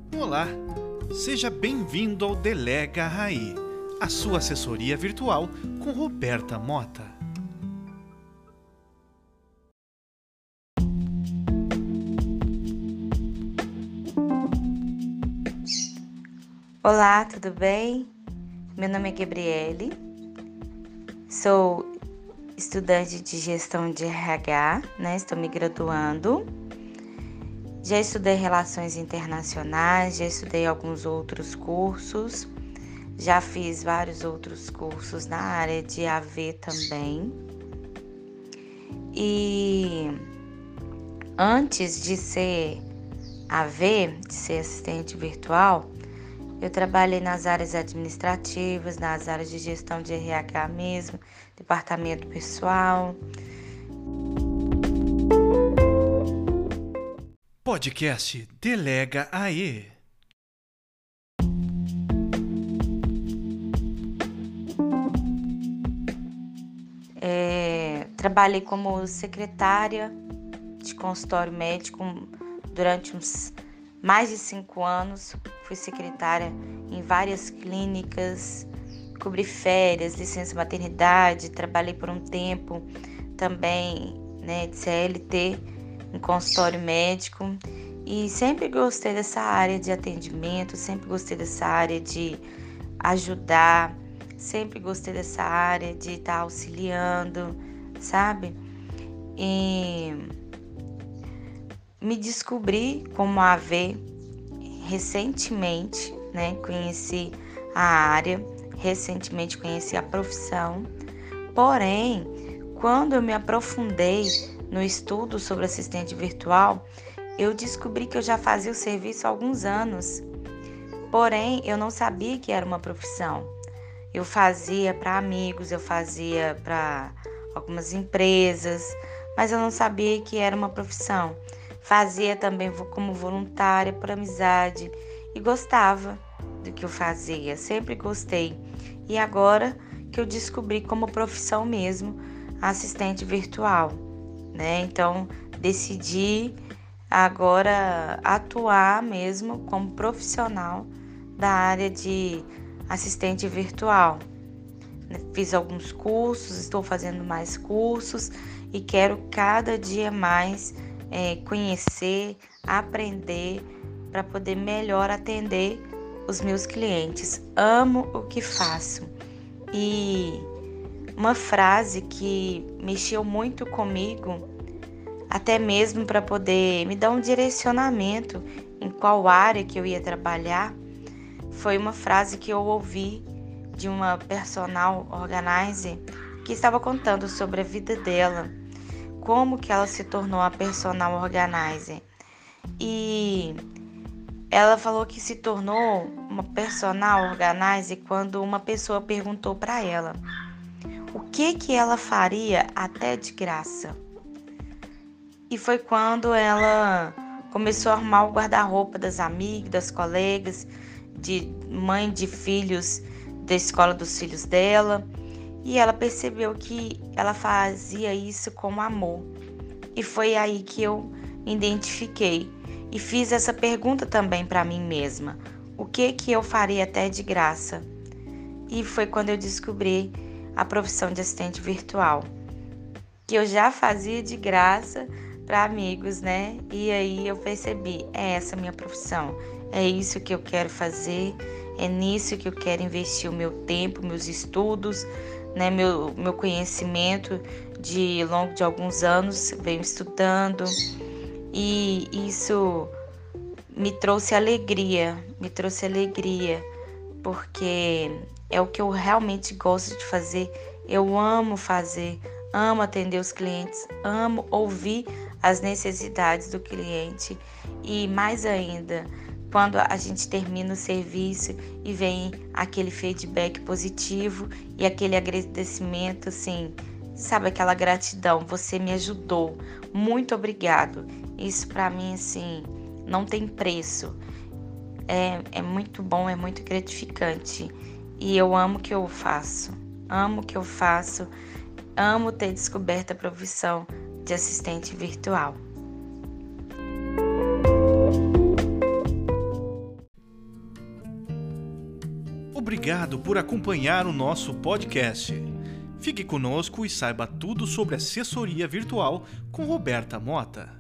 Olá, seja bem-vindo ao Delega Raí, a sua assessoria virtual com Roberta Mota. Olá, tudo bem? Meu nome é Gabriele, sou estudante de gestão de RH, estou me graduando. Já estudei relações internacionais, já estudei alguns outros cursos, já fiz vários outros cursos na área de AV também. E antes de ser AV, de ser assistente virtual, eu trabalhei nas áreas administrativas, nas áreas de gestão de RH mesmo, departamento pessoal. Podcast Delega Aê. Trabalhei como secretária de consultório médico durante uns mais de 5 anos. Fui secretária em várias clínicas, cobri férias, licença maternidade, trabalhei por um tempo também, de CLT em consultório médico e sempre gostei dessa área de atendimento, sempre gostei dessa área de ajudar, sempre gostei dessa área de estar auxiliando, sabe? E me descobri como AV recentemente, conheci a área, recentemente conheci a profissão. Porém, quando eu me aprofundei no estudo sobre assistente virtual, eu descobri que eu já fazia o serviço há alguns anos. Porém, eu não sabia que era uma profissão. Eu fazia para amigos, eu fazia para algumas empresas, mas eu não sabia que era uma profissão. Fazia também como voluntária, por amizade, e gostava do que eu fazia, sempre gostei. E agora que eu descobri como profissão mesmo, assistente virtual, Então, decidi agora atuar mesmo como profissional da área de assistente virtual. Fiz alguns cursos, estou fazendo mais cursos e quero cada dia mais conhecer, aprender para poder melhor atender os meus clientes. Amo o que faço. E uma frase que mexeu muito comigo, até mesmo para poder me dar um direcionamento em qual área que eu ia trabalhar, foi uma frase que eu ouvi de uma personal organizer que estava contando sobre a vida dela, como que ela se tornou a personal organizer. E ela falou que se tornou uma personal organizer quando uma pessoa perguntou para ela o que ela faria até de graça. E foi quando ela começou a arrumar o guarda-roupa das amigas, das colegas, de mãe de filhos da escola dos filhos dela. E ela percebeu que ela fazia isso com amor. E foi aí que eu me identifiquei e fiz essa pergunta também para mim mesma. O que eu faria até de graça? E foi quando eu descobri a profissão de assistente virtual, que eu já fazia de graça para amigos, E aí eu percebi, é essa a minha profissão, é isso que eu quero fazer, é nisso que eu quero investir o meu tempo, meus estudos, meu conhecimento de longo de alguns anos, venho estudando, e isso me trouxe alegria, porque é o que eu realmente gosto de fazer, eu amo fazer, amo atender os clientes, amo ouvir as necessidades do cliente e mais ainda, quando a gente termina o serviço e vem aquele feedback positivo e aquele agradecimento, assim, sabe, aquela gratidão, você me ajudou, muito obrigado. Isso para mim, assim, não tem preço. É muito bom, é muito gratificante e eu amo o que eu faço, amo ter descoberto a profissão de assistente virtual. Obrigado por acompanhar o nosso podcast. Fique conosco e saiba tudo sobre assessoria virtual com Roberta Mota.